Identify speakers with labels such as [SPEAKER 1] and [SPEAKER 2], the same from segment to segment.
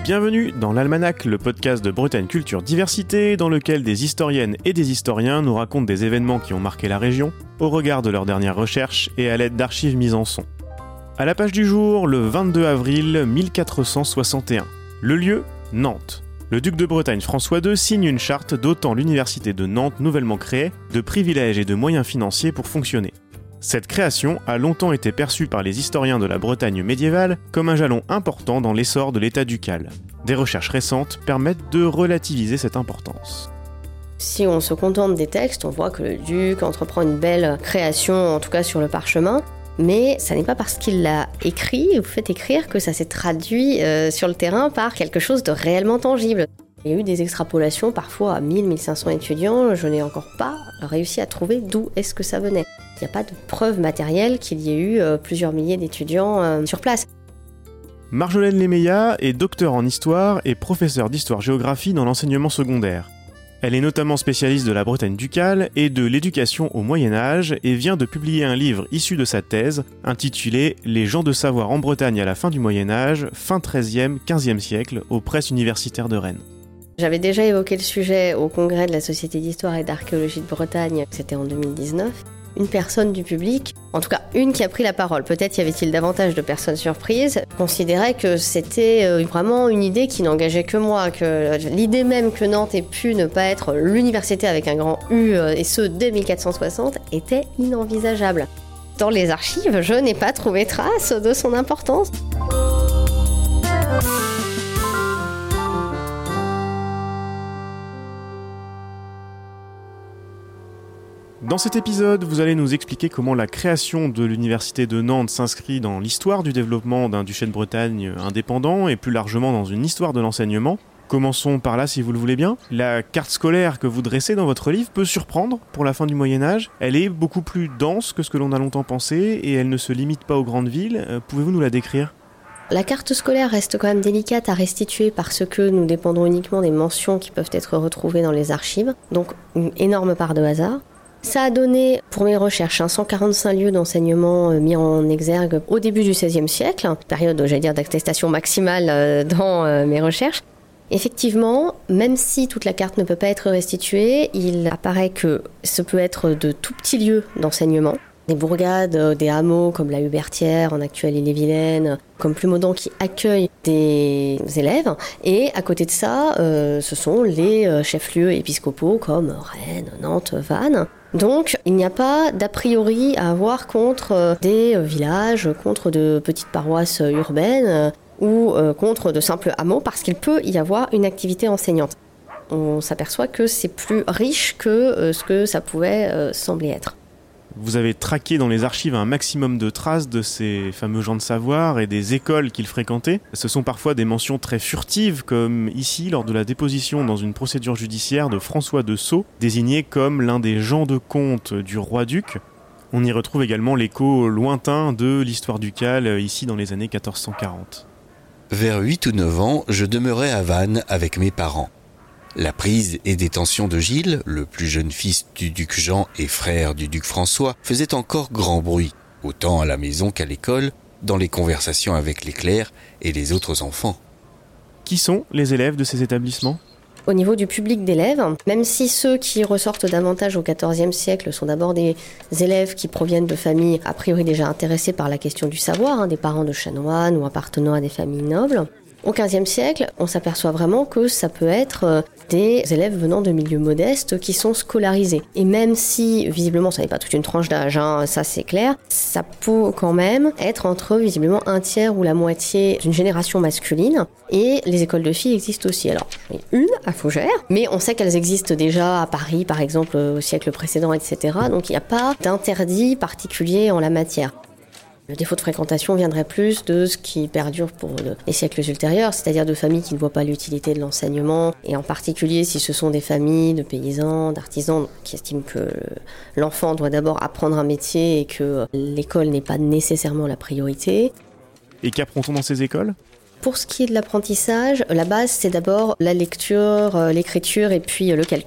[SPEAKER 1] Bienvenue dans l'Almanach, le podcast de Bretagne Culture Diversité, dans lequel des historiennes et des historiens nous racontent des événements qui ont marqué la région, au regard de leurs dernières recherches et à l'aide d'archives mises en son. À la page du jour, le 22 avril 1461. Le lieu, Nantes. Le duc de Bretagne François II signe une charte dotant l'université de Nantes nouvellement créée de privilèges et de moyens financiers pour fonctionner. Cette création a longtemps été perçue par les historiens de la Bretagne médiévale comme un jalon important dans l'essor de l'État ducal. Des recherches récentes permettent de relativiser cette importance.
[SPEAKER 2] Si on se contente des textes, on voit que le duc entreprend une belle création, en tout cas sur le parchemin, mais ça n'est pas parce qu'il l'a écrit ou fait écrire que ça s'est traduit sur le terrain par quelque chose de réellement tangible. Il y a eu des extrapolations parfois à 1000-1500 étudiants, je n'ai encore pas réussi à trouver d'où est-ce que ça venait. Il n'y a pas de preuve matérielle qu'il y ait eu plusieurs milliers d'étudiants sur place.
[SPEAKER 1] Marjolaine Lemeya est docteur en histoire et professeure d'histoire-géographie dans l'enseignement secondaire. Elle est notamment spécialiste de la Bretagne ducale et de l'éducation au Moyen-Âge et vient de publier un livre issu de sa thèse intitulé « Les gens de savoir en Bretagne à la fin du Moyen-Âge, fin XIIIe, XVe siècle, aux presses universitaires de Rennes ».
[SPEAKER 2] J'avais déjà évoqué le sujet au congrès de la Société d'histoire et d'archéologie de Bretagne, c'était en 2019. Une personne du public, en tout cas une qui a pris la parole, peut-être y avait-il davantage de personnes surprises, considérait que c'était vraiment une idée qui n'engageait que moi, que l'idée même que Nantes ait pu ne pas être l'université avec un grand U, et ce dès 1460, était inenvisageable. Dans les archives, je n'ai pas trouvé trace de son importance.
[SPEAKER 1] Dans cet épisode, vous allez nous expliquer comment la création de l'université de Nantes s'inscrit dans l'histoire du développement d'un duché de Bretagne indépendant et plus largement dans une histoire de l'enseignement. Commençons par là si vous le voulez bien. La carte scolaire que vous dressez dans votre livre peut surprendre pour la fin du Moyen-Âge. Elle est beaucoup plus dense que ce que l'on a longtemps pensé et elle ne se limite pas aux grandes villes. Pouvez-vous nous la décrire ?
[SPEAKER 2] La carte scolaire reste quand même délicate à restituer parce que nous dépendons uniquement des mentions qui peuvent être retrouvées dans les archives. Donc une énorme part de hasard. Ça a donné, pour mes recherches, 145 lieux d'enseignement mis en exergue au début du XVIe siècle, période, d'attestation maximale dans mes recherches. Effectivement, même si toute la carte ne peut pas être restituée, il apparaît que ce peut être de tout petits lieux d'enseignement. Des bourgades, des hameaux comme la Hubertière, en actuelle Ille-et-Vilaine, comme Plumaudan qui accueillent des élèves. Et à côté de ça, ce sont les chefs-lieux épiscopaux comme Rennes, Nantes, Vannes. Donc, il n'y a pas d'a priori à avoir contre des villages, contre de petites paroisses urbaines ou contre de simples hameaux parce qu'il peut y avoir une activité enseignante. On s'aperçoit que c'est plus riche que ce que ça pouvait sembler être.
[SPEAKER 1] Vous avez traqué dans les archives un maximum de traces de ces fameux gens de savoir et des écoles qu'ils fréquentaient. Ce sont parfois des mentions très furtives, comme ici lors de la déposition dans une procédure judiciaire de François de Sceaux, désigné comme l'un des gens de compte du roi-duc. On y retrouve également l'écho lointain de l'histoire ducale, ici dans les années 1440.
[SPEAKER 3] Vers 8 ou 9 ans, je demeurais à Vannes avec mes parents. La prise et détention de Gilles, le plus jeune fils du duc Jean et frère du duc François, faisait encore grand bruit, autant à la maison qu'à l'école, dans les conversations avec les clercs et les autres enfants.
[SPEAKER 1] Qui sont les élèves de ces établissements ?
[SPEAKER 2] Au niveau du public d'élèves, même si ceux qui ressortent davantage au XIVe siècle sont d'abord des élèves qui proviennent de familles a priori déjà intéressées par la question du savoir, des parents de chanoines ou appartenant à des familles nobles, au XVe siècle, on s'aperçoit vraiment que ça peut être des élèves venant de milieux modestes qui sont scolarisés. Et même si, visiblement, ça n'est pas toute une tranche d'âge, ça c'est clair, ça peut quand même être entre, visiblement, un tiers ou la moitié d'une génération masculine. Et les écoles de filles existent aussi. Alors, une à Fougères, mais on sait qu'elles existent déjà à Paris, par exemple, au siècle précédent, etc. Donc il n'y a pas d'interdit particulier en la matière. Le défaut de fréquentation viendrait plus de ce qui perdure pour les siècles ultérieurs, c'est-à-dire de familles qui ne voient pas l'utilité de l'enseignement, et en particulier si ce sont des familles de paysans, d'artisans qui estiment que l'enfant doit d'abord apprendre un métier et que l'école n'est pas nécessairement la priorité.
[SPEAKER 1] Et qu'apprend-on dans ces écoles ?
[SPEAKER 2] Pour ce qui est de l'apprentissage, la base c'est d'abord la lecture, l'écriture et puis le calcul.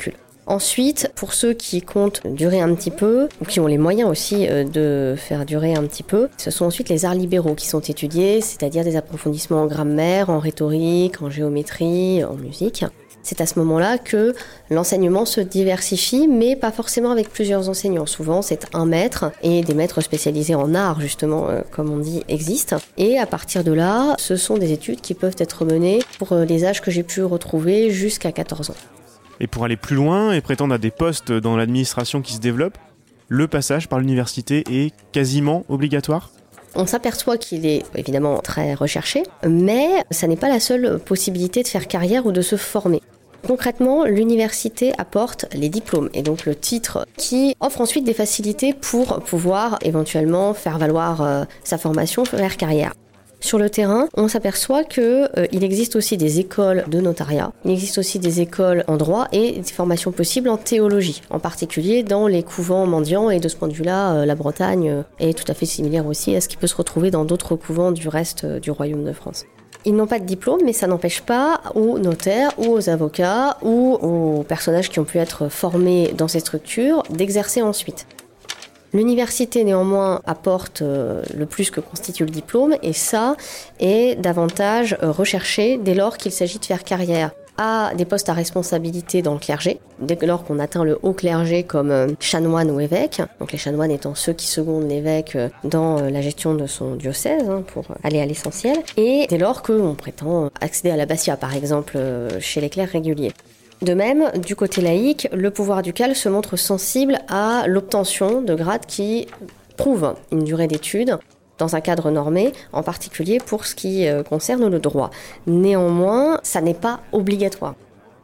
[SPEAKER 2] Ensuite, pour ceux qui comptent durer un petit peu, ou qui ont les moyens aussi de faire durer un petit peu, ce sont ensuite les arts libéraux qui sont étudiés, c'est-à-dire des approfondissements en grammaire, en rhétorique, en géométrie, en musique. C'est à ce moment-là que l'enseignement se diversifie, mais pas forcément avec plusieurs enseignants. Souvent, c'est un maître, et des maîtres spécialisés en art, justement, comme on dit, existent. Et à partir de là, ce sont des études qui peuvent être menées pour les âges que j'ai pu retrouver jusqu'à 14 ans.
[SPEAKER 1] Et pour aller plus loin et prétendre à des postes dans l'administration qui se développe, le passage par l'université est quasiment obligatoire ?
[SPEAKER 2] On s'aperçoit qu'il est évidemment très recherché, mais ça n'est pas la seule possibilité de faire carrière ou de se former. Concrètement, l'université apporte les diplômes et donc le titre qui offre ensuite des facilités pour pouvoir éventuellement faire valoir sa formation, faire carrière. Sur le terrain, on s'aperçoit qu'il existe aussi des écoles de notariat, il existe aussi des écoles en droit et des formations possibles en théologie, en particulier dans les couvents mendiants, et de ce point de vue-là, la Bretagne est tout à fait similaire aussi à ce qui peut se retrouver dans d'autres couvents du reste du Royaume de France. Ils n'ont pas de diplôme, mais ça n'empêche pas aux notaires ou aux avocats ou aux personnages qui ont pu être formés dans ces structures d'exercer ensuite. L'université, néanmoins, apporte le plus que constitue le diplôme, et ça est davantage recherché dès lors qu'il s'agit de faire carrière à des postes à responsabilité dans le clergé, dès lors qu'on atteint le haut clergé comme chanoine ou évêque, donc les chanoines étant ceux qui secondent l'évêque dans la gestion de son diocèse, pour aller à l'essentiel, et dès lors qu'on prétend accéder à l'abbatiat, par exemple, chez les clercs réguliers. De même, du côté laïque, le pouvoir ducal se montre sensible à l'obtention de grades qui prouvent une durée d'études dans un cadre normé, en particulier pour ce qui concerne le droit. Néanmoins, ça n'est pas obligatoire.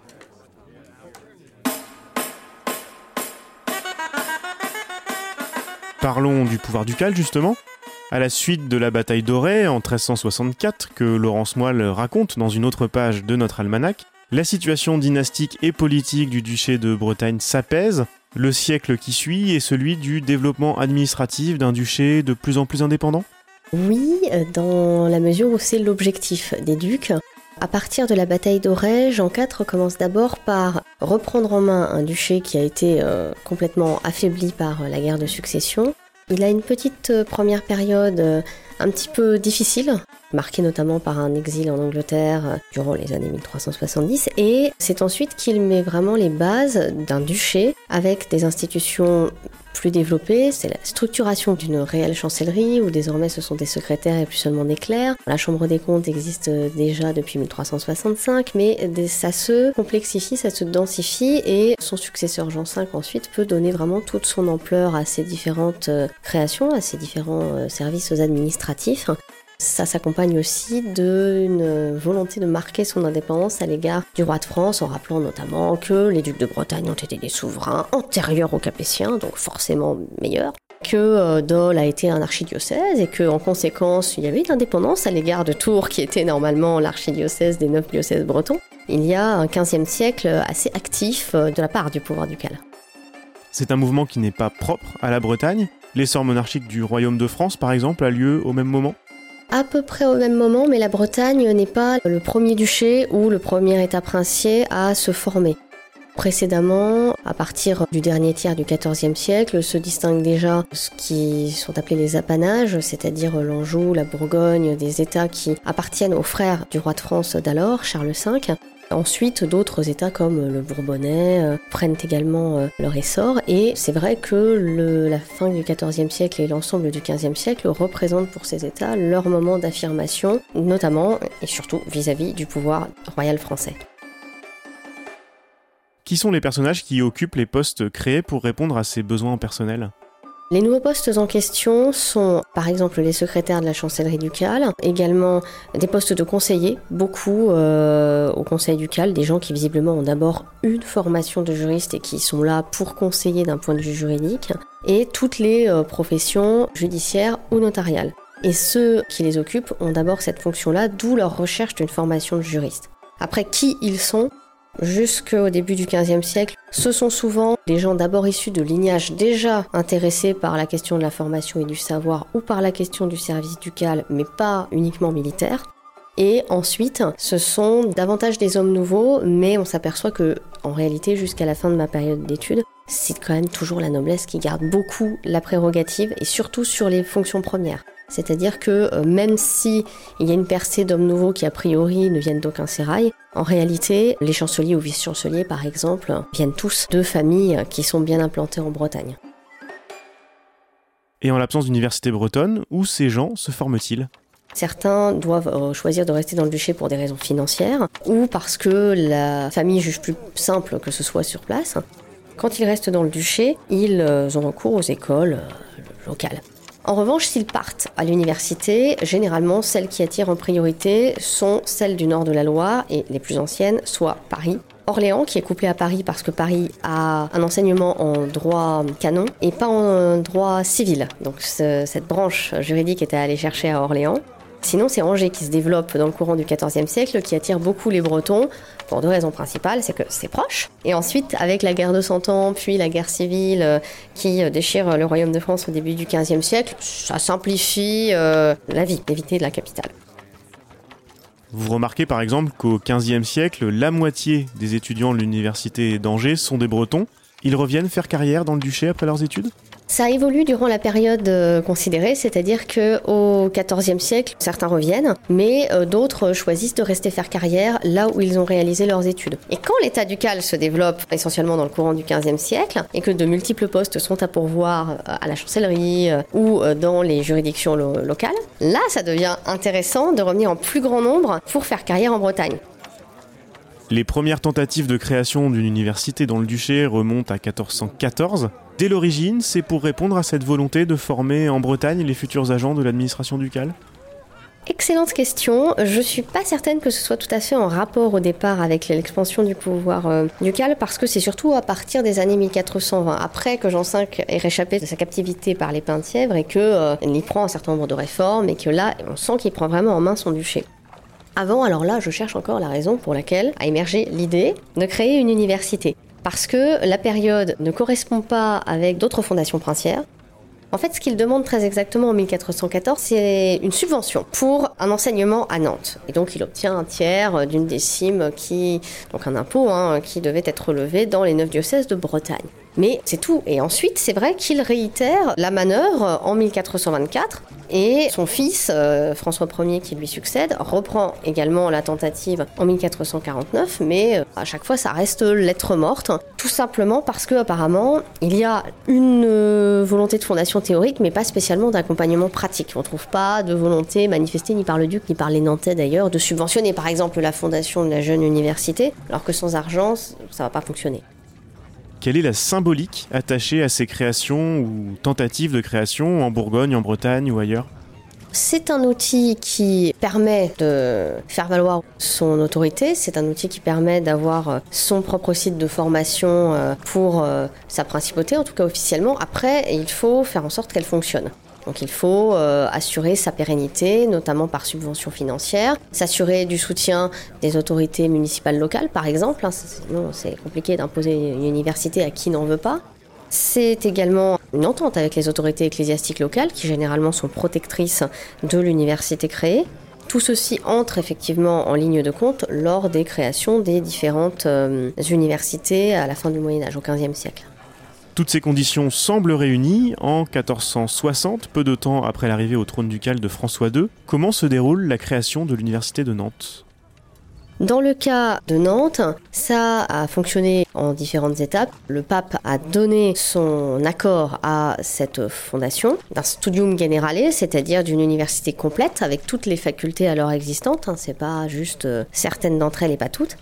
[SPEAKER 1] Parlons du pouvoir ducal, justement. À la suite de la bataille d'Auray en 1364, que Laurence Moyle raconte dans une autre page de notre almanach, la situation dynastique et politique du duché de Bretagne s'apaise. Le siècle qui suit est celui du développement administratif d'un duché de plus en plus indépendant ?
[SPEAKER 2] Oui, dans la mesure où c'est l'objectif des ducs. À partir de la bataille d'Auray, Jean IV commence d'abord par reprendre en main un duché qui a été complètement affaibli par la guerre de succession. Il a une petite première période un petit peu difficile, marquée notamment par un exil en Angleterre durant les années 1370, et c'est ensuite qu'il met vraiment les bases d'un duché avec des institutions plus développées. C'est la structuration d'une réelle chancellerie où désormais ce sont des secrétaires et plus seulement des clercs. La Chambre des comptes existe déjà depuis 1365, mais ça se complexifie, ça se densifie, et son successeur Jean V ensuite peut donner vraiment toute son ampleur à ces différentes créations, à ces différents services administratifs. Ça s'accompagne aussi d'une volonté de marquer son indépendance à l'égard du roi de France, en rappelant notamment que les ducs de Bretagne ont été des souverains antérieurs aux Capétiens, donc forcément meilleurs, que Dol a été un archidiocèse et qu'en conséquence il y avait une indépendance à l'égard de Tours, qui était normalement l'archidiocèse des 9 diocèses bretons. Il y a un XVe siècle assez actif de la part du pouvoir ducal.
[SPEAKER 1] C'est un mouvement qui n'est pas propre à la Bretagne. L'essor monarchique du royaume de France, par exemple, a lieu au même moment ?
[SPEAKER 2] À peu près au même moment, mais la Bretagne n'est pas le premier duché ou le premier état princier à se former. Précédemment, à partir du dernier tiers du XIVe siècle, se distinguent déjà ce qui sont appelés les apanages, c'est-à-dire l'Anjou, la Bourgogne, des états qui appartiennent aux frères du roi de France d'alors, Charles V. Ensuite, d'autres États comme le Bourbonnais prennent également leur essor, et c'est vrai que la fin du XIVe siècle et l'ensemble du XVe siècle représentent pour ces États leur moment d'affirmation, notamment et surtout vis-à-vis du pouvoir royal français.
[SPEAKER 1] Qui sont les personnages qui occupent les postes créés pour répondre à ces besoins personnels ?
[SPEAKER 2] Les nouveaux postes en question sont par exemple les secrétaires de la chancellerie ducale, également des postes de conseillers, beaucoup au conseil ducal, des gens qui visiblement ont d'abord une formation de juriste et qui sont là pour conseiller d'un point de vue juridique, et toutes les professions judiciaires ou notariales. Et ceux qui les occupent ont d'abord cette fonction-là, d'où leur recherche d'une formation de juriste. Après, qui ils sont ? Jusqu'au début du XVe siècle, ce sont souvent des gens d'abord issus de lignages déjà intéressés par la question de la formation et du savoir ou par la question du service ducal, mais pas uniquement militaire. Et ensuite, ce sont davantage des hommes nouveaux, mais on s'aperçoit que, en réalité, jusqu'à la fin de ma période d'études, c'est quand même toujours la noblesse qui garde beaucoup la prérogative, et surtout sur les fonctions premières. C'est-à-dire que même si il y a une percée d'hommes nouveaux qui a priori ne viennent d'aucun sérail, en réalité, les chanceliers ou vice-chanceliers par exemple, viennent tous de familles qui sont bien implantées en Bretagne.
[SPEAKER 1] Et en l'absence d'université bretonne, où ces gens se forment-ils ?
[SPEAKER 2] Certains doivent choisir de rester dans le duché pour des raisons financières, ou parce que la famille juge plus simple que ce soit sur place. Quand ils restent dans le duché, ils ont recours aux écoles locales. En revanche, s'ils partent à l'université, généralement, celles qui attirent en priorité sont celles du nord de la Loire et les plus anciennes, soit Paris. Orléans, qui est couplé à Paris parce que Paris a un enseignement en droit canon et pas en droit civil. Donc cette branche juridique était allée chercher à Orléans. Sinon, c'est Angers qui se développe dans le courant du XIVe siècle, qui attire beaucoup les Bretons, pour deux raisons principales, c'est que c'est proche. Et ensuite, avec la guerre de Cent Ans, puis la guerre civile qui déchire le royaume de France au début du XVe siècle, ça simplifie la vie, d'éviter de la capitale.
[SPEAKER 1] Vous remarquez par exemple qu'au XVe siècle, la moitié des étudiants de l'université d'Angers sont des Bretons. Ils reviennent faire carrière dans le duché après leurs études ?
[SPEAKER 2] Ça évolue durant la période considérée, c'est-à-dire qu'au XIVe siècle, certains reviennent, mais d'autres choisissent de rester faire carrière là où ils ont réalisé leurs études. Et quand l'état ducal se développe essentiellement dans le courant du XVe siècle, et que de multiples postes sont à pourvoir à la chancellerie ou dans les juridictions locales, là ça devient intéressant de revenir en plus grand nombre pour faire carrière en Bretagne.
[SPEAKER 1] Les premières tentatives de création d'une université dans le duché remontent à 1414. Dès l'origine, c'est pour répondre à cette volonté de former en Bretagne les futurs agents de l'administration ducale ?
[SPEAKER 2] Excellente question. Je ne suis pas certaine que ce soit tout à fait en rapport au départ avec l'expansion du pouvoir ducal, parce que c'est surtout à partir des années 1420, après que Jean V ait réchappé de sa captivité par les Penthièvres et qu'il y prend un certain nombre de réformes et que là, on sent qu'il prend vraiment en main son duché. Avant, alors là, je cherche encore la raison pour laquelle a émergé l'idée de créer une université. Parce que la période ne correspond pas avec d'autres fondations princières. En fait, ce qu'il demande très exactement en 1414, c'est une subvention pour un enseignement à Nantes. Et donc, il obtient un tiers d'une décime donc un impôt qui devait être relevé dans les 9 diocèses de Bretagne. Mais c'est tout. Et ensuite, c'est vrai qu'il réitère la manœuvre en 1424. Et son fils, François Ier, qui lui succède, reprend également la tentative en 1449. Mais à chaque fois, ça reste lettre morte. Tout simplement parce qu'apparemment, il y a une volonté de fondation théorique, mais pas spécialement d'accompagnement pratique. On ne trouve pas de volonté manifestée ni par le duc, ni par les Nantais d'ailleurs, de subventionner par exemple la fondation de la jeune université, alors que sans argent, ça ne va pas fonctionner.
[SPEAKER 1] Quelle est la symbolique attachée à ces créations ou tentatives de création en Bourgogne, en Bretagne ou ailleurs ?
[SPEAKER 2] C'est un outil qui permet de faire valoir son autorité, c'est un outil qui permet d'avoir son propre site de formation pour sa principauté, en tout cas officiellement. Après, il faut faire en sorte qu'elle fonctionne. Donc il faut assurer sa pérennité, notamment par subvention financière, s'assurer du soutien des autorités municipales locales, par exemple. Sinon, c'est compliqué d'imposer une université à qui n'en veut pas. C'est également une entente avec les autorités ecclésiastiques locales, qui généralement sont protectrices de l'université créée. Tout ceci entre effectivement en ligne de compte lors des créations des différentes universités à la fin du Moyen-Âge, au XVe siècle.
[SPEAKER 1] Toutes ces conditions semblent réunies en 1460, peu de temps après l'arrivée au trône ducal de François II. Comment se déroule la création de l'université de Nantes ?
[SPEAKER 2] Dans le cas de Nantes, ça a fonctionné en différentes étapes. Le pape a donné son accord à cette fondation d'un studium generale, c'est-à-dire d'une université complète avec toutes les facultés alors existantes. C'est pas juste certaines d'entre elles et pas toutes.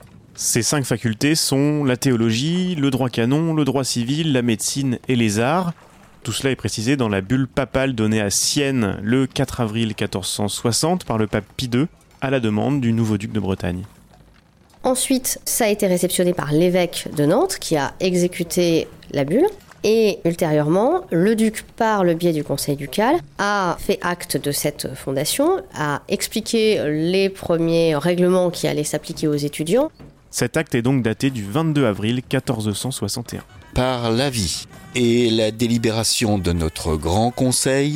[SPEAKER 1] Ces 5 facultés sont la théologie, le droit canon, le droit civil, la médecine et les arts. Tout cela est précisé dans la bulle papale donnée à Sienne le 4 avril 1460 par le pape Pie II à la demande du nouveau duc de Bretagne.
[SPEAKER 2] Ensuite, ça a été réceptionné par l'évêque de Nantes qui a exécuté la bulle. Et ultérieurement, le duc, par le biais du conseil ducal, a fait acte de cette fondation, a expliqué les premiers règlements qui allaient s'appliquer aux étudiants.
[SPEAKER 1] Cet acte est donc daté du 22 avril 1461.
[SPEAKER 3] Par l'avis et la délibération de notre grand conseil,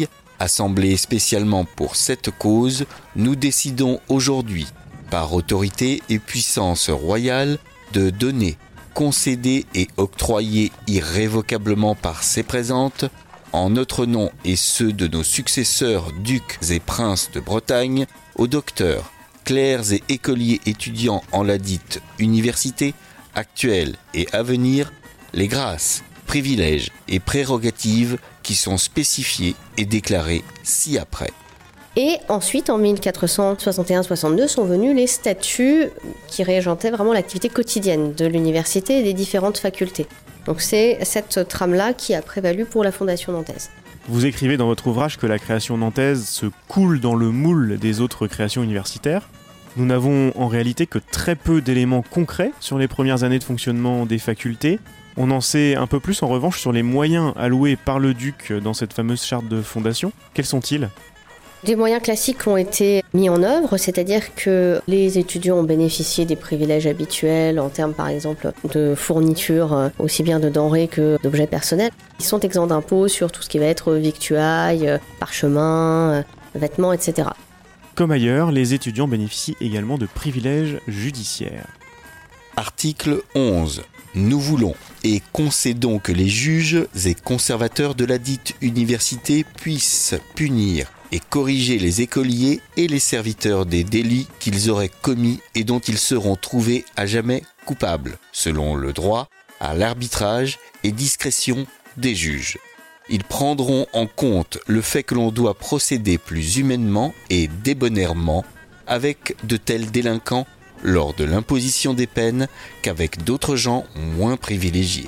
[SPEAKER 3] Assemblés spécialement pour cette cause, nous décidons aujourd'hui, par autorité et puissance royale, de donner, concéder et octroyer irrévocablement par ces présentes, en notre nom et ceux de nos successeurs ducs et princes de Bretagne, aux docteurs, clercs et écoliers étudiants en la dite université, actuelle et à venir, les grâces, privilèges et prérogatives qui sont spécifiés et déclarés ci-après.
[SPEAKER 2] Et ensuite, en 1461-62, sont venus les statuts qui régentaient vraiment l'activité quotidienne de l'université et des différentes facultés. Donc c'est cette trame-là qui a prévalu pour la Fondation nantaise.
[SPEAKER 1] Vous écrivez dans votre ouvrage que la création nantaise se coule dans le moule des autres créations universitaires. Nous n'avons en réalité que très peu d'éléments concrets sur les premières années de fonctionnement des facultés. On en sait un peu plus en revanche sur les moyens alloués par le duc dans cette fameuse charte de fondation. Quels sont-ils ?
[SPEAKER 2] Des moyens classiques ont été mis en œuvre, c'est-à-dire que les étudiants ont bénéficié des privilèges habituels en termes par exemple de fournitures, aussi bien de denrées que d'objets personnels. Ils sont exempts d'impôts sur tout ce qui va être victuailles, parchemins, vêtements, etc.
[SPEAKER 1] Comme ailleurs, les étudiants bénéficient également de privilèges judiciaires.
[SPEAKER 3] Article 11. Nous voulons et concédons que les juges et conservateurs de la dite université puissent punir et corriger les écoliers et les serviteurs des délits qu'ils auraient commis et dont ils seront trouvés à jamais coupables, selon le droit à l'arbitrage et discrétion des juges. Ils prendront en compte le fait que l'on doit procéder plus humainement et débonnairement avec de tels délinquants lors de l'imposition des peines qu'avec d'autres gens moins privilégiés.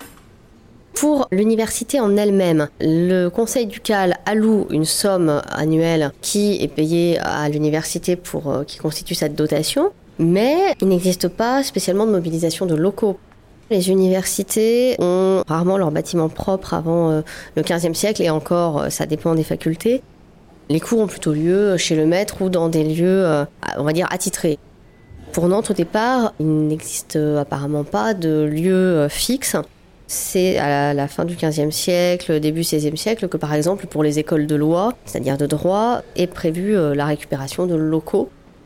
[SPEAKER 2] Pour l'université en elle-même, le conseil ducal alloue une somme annuelle qui est payée à l'université pour qui constitue cette dotation, mais il n'existe pas spécialement de mobilisation de locaux. Les universités ont rarement leur bâtiment propre avant le XVe siècle et encore, ça dépend des facultés. Les cours ont plutôt lieu chez le maître ou dans des lieux, on va dire, attitrés. Pour Nantes, au départ, il n'existe apparemment pas de lieu fixe. C'est à la fin du XVe siècle, début XVIe siècle, que par exemple pour les écoles de loi, c'est-à-dire de droit, est prévue la récupération de locaux.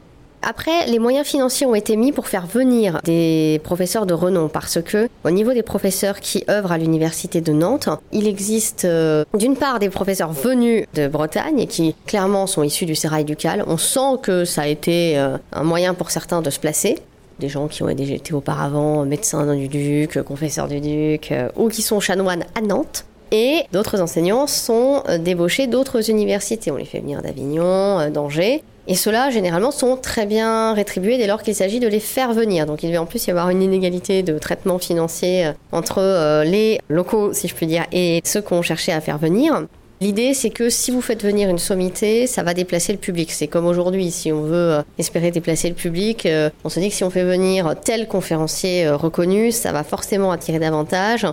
[SPEAKER 2] Après, les moyens financiers ont été mis pour faire venir des professeurs de renom, parce que au niveau des professeurs qui œuvrent à l'université de Nantes, il existe d'une part des professeurs venus de Bretagne et qui clairement sont issus du sérail ducal. On sent que ça a été un moyen pour certains de se placer. Des gens qui ont déjà été auparavant médecins du duc, confesseurs du duc, ou qui sont chanoines à Nantes. Et d'autres enseignants sont débauchés d'autres universités. On les fait venir d'Avignon, d'Angers. Et ceux-là, généralement, sont très bien rétribués dès lors qu'il s'agit de les faire venir. Donc il devait en plus y avoir une inégalité de traitement financier entre les locaux, si je puis dire, et ceux qu'on cherchait à faire venir. L'idée, c'est que si vous faites venir une sommité, ça va déplacer le public. C'est comme aujourd'hui, si on veut espérer déplacer le public, on se dit que si on fait venir tel conférencier reconnu, ça va forcément attirer davantage.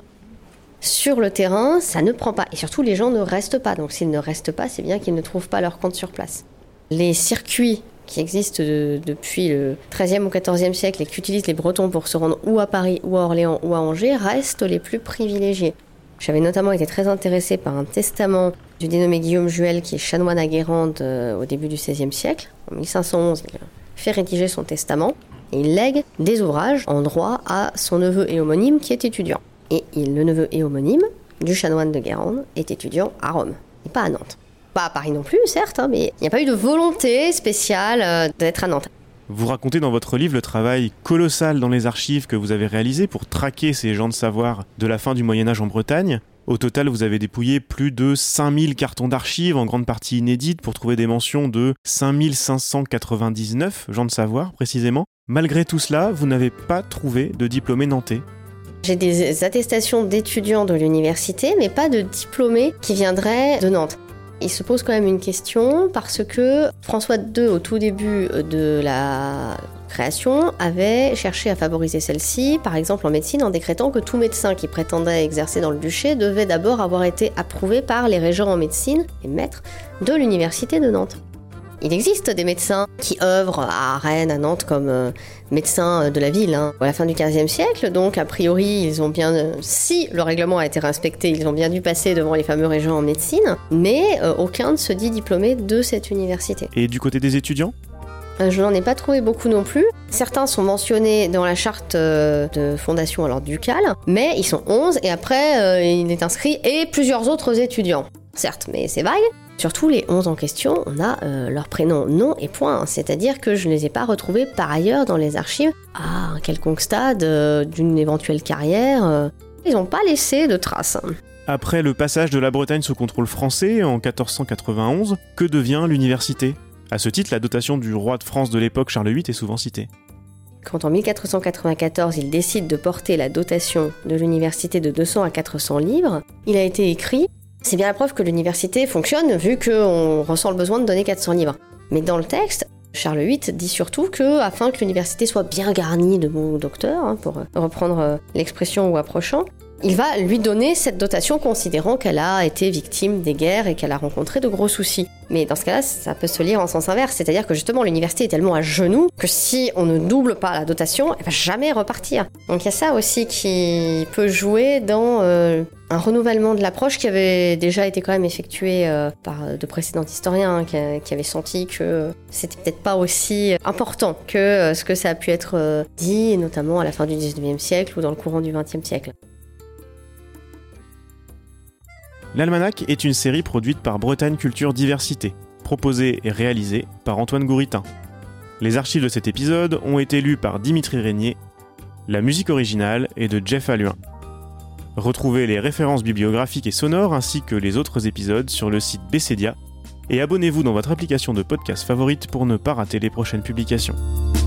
[SPEAKER 2] Sur le terrain, ça ne prend pas. Et surtout, les gens ne restent pas. Donc s'ils ne restent pas, c'est bien qu'ils ne trouvent pas leur compte sur place. Les circuits qui existent depuis le XIIIe ou XIVe siècle et qu'utilisent les Bretons pour se rendre ou à Paris, ou à Orléans, ou à Angers, restent les plus privilégiés. J'avais notamment été très intéressée par un testament du dénommé Guillaume Juel, qui est chanoine à Guérande au début du XVIe siècle. En 1511, il fait rédiger son testament et il lègue des ouvrages en droit à son neveu et homonyme qui est étudiant. Et le neveu et homonyme du chanoine de Guérande est étudiant à Rome, et pas à Nantes. Pas à Paris non plus, certes, mais il n'y a pas eu de volonté spéciale d'être à Nantes.
[SPEAKER 1] Vous racontez dans votre livre le travail colossal dans les archives que vous avez réalisé pour traquer ces gens de savoir de la fin du Moyen-Âge en Bretagne. Au total, vous avez dépouillé plus de 5000 cartons d'archives, en grande partie inédites, pour trouver des mentions de 5599 gens de savoir, précisément. Malgré tout cela, vous n'avez pas trouvé de diplômés nantais.
[SPEAKER 2] J'ai des attestations d'étudiants de l'université, mais pas de diplômés qui viendraient de Nantes. Il se pose quand même une question parce que François II, au tout début de la création, avait cherché à favoriser celle-ci, par exemple en médecine, en décrétant que tout médecin qui prétendait exercer dans le duché devait d'abord avoir été approuvé par les régents en médecine et maîtres de l'université de Nantes. Il existe des médecins qui œuvrent à Rennes, à Nantes comme médecins de la ville à la fin du XVe siècle. Donc a priori, ils ont bien, si le règlement a été respecté, ils ont bien dû passer devant les fameux régents en médecine. Mais aucun ne se dit diplômé de cette université.
[SPEAKER 1] Et du côté des étudiants ?
[SPEAKER 2] Je n'en ai pas trouvé beaucoup non plus. Certains sont mentionnés dans la charte de fondation alors ducale, mais ils sont 11 et après il est inscrit et plusieurs autres étudiants. Certes, mais c'est vague. Surtout les 11 en question, on a leur prénom, nom et point. C'est-à-dire que je ne les ai pas retrouvés par ailleurs dans les archives à un quelconque stade d'une éventuelle carrière. Ils n'ont pas laissé de traces.
[SPEAKER 1] Après le passage de la Bretagne sous contrôle français en 1491, que devient l'université ? À ce titre, la dotation du roi de France de l'époque, Charles VIII, est souvent citée.
[SPEAKER 2] Quand en 1494, il décide de porter la dotation de l'université de 200 à 400 livres, il a été écrit « C'est bien la preuve que l'université fonctionne vu qu'on ressent le besoin de donner 400 livres ». Mais dans le texte, Charles VIII dit surtout que, afin que l'université soit bien garnie de bons docteurs, pour reprendre l'expression ou approchant, il va lui donner cette dotation considérant qu'elle a été victime des guerres et qu'elle a rencontré de gros soucis. Mais dans ce cas-là, ça peut se lire en sens inverse, c'est-à-dire que justement l'université est tellement à genoux que si on ne double pas la dotation, elle va jamais repartir. Donc il y a ça aussi qui peut jouer dans un renouvellement de l'approche qui avait déjà été quand même effectué par de précédents historiens qui avaient senti que c'était peut-être pas aussi important que ce que ça a pu être dit, notamment à la fin du XIXe siècle ou dans le courant du XXe siècle.
[SPEAKER 1] L'Almanach est une série produite par Bretagne Culture Diversité, proposée et réalisée par Antoine Gouritin. Les archives de cet épisode ont été lues par Dimitri Régnier. La musique originale est de Jeff Alluin. Retrouvez les références bibliographiques et sonores ainsi que les autres épisodes sur le site Bessedia et abonnez-vous dans votre application de podcast favorite pour ne pas rater les prochaines publications.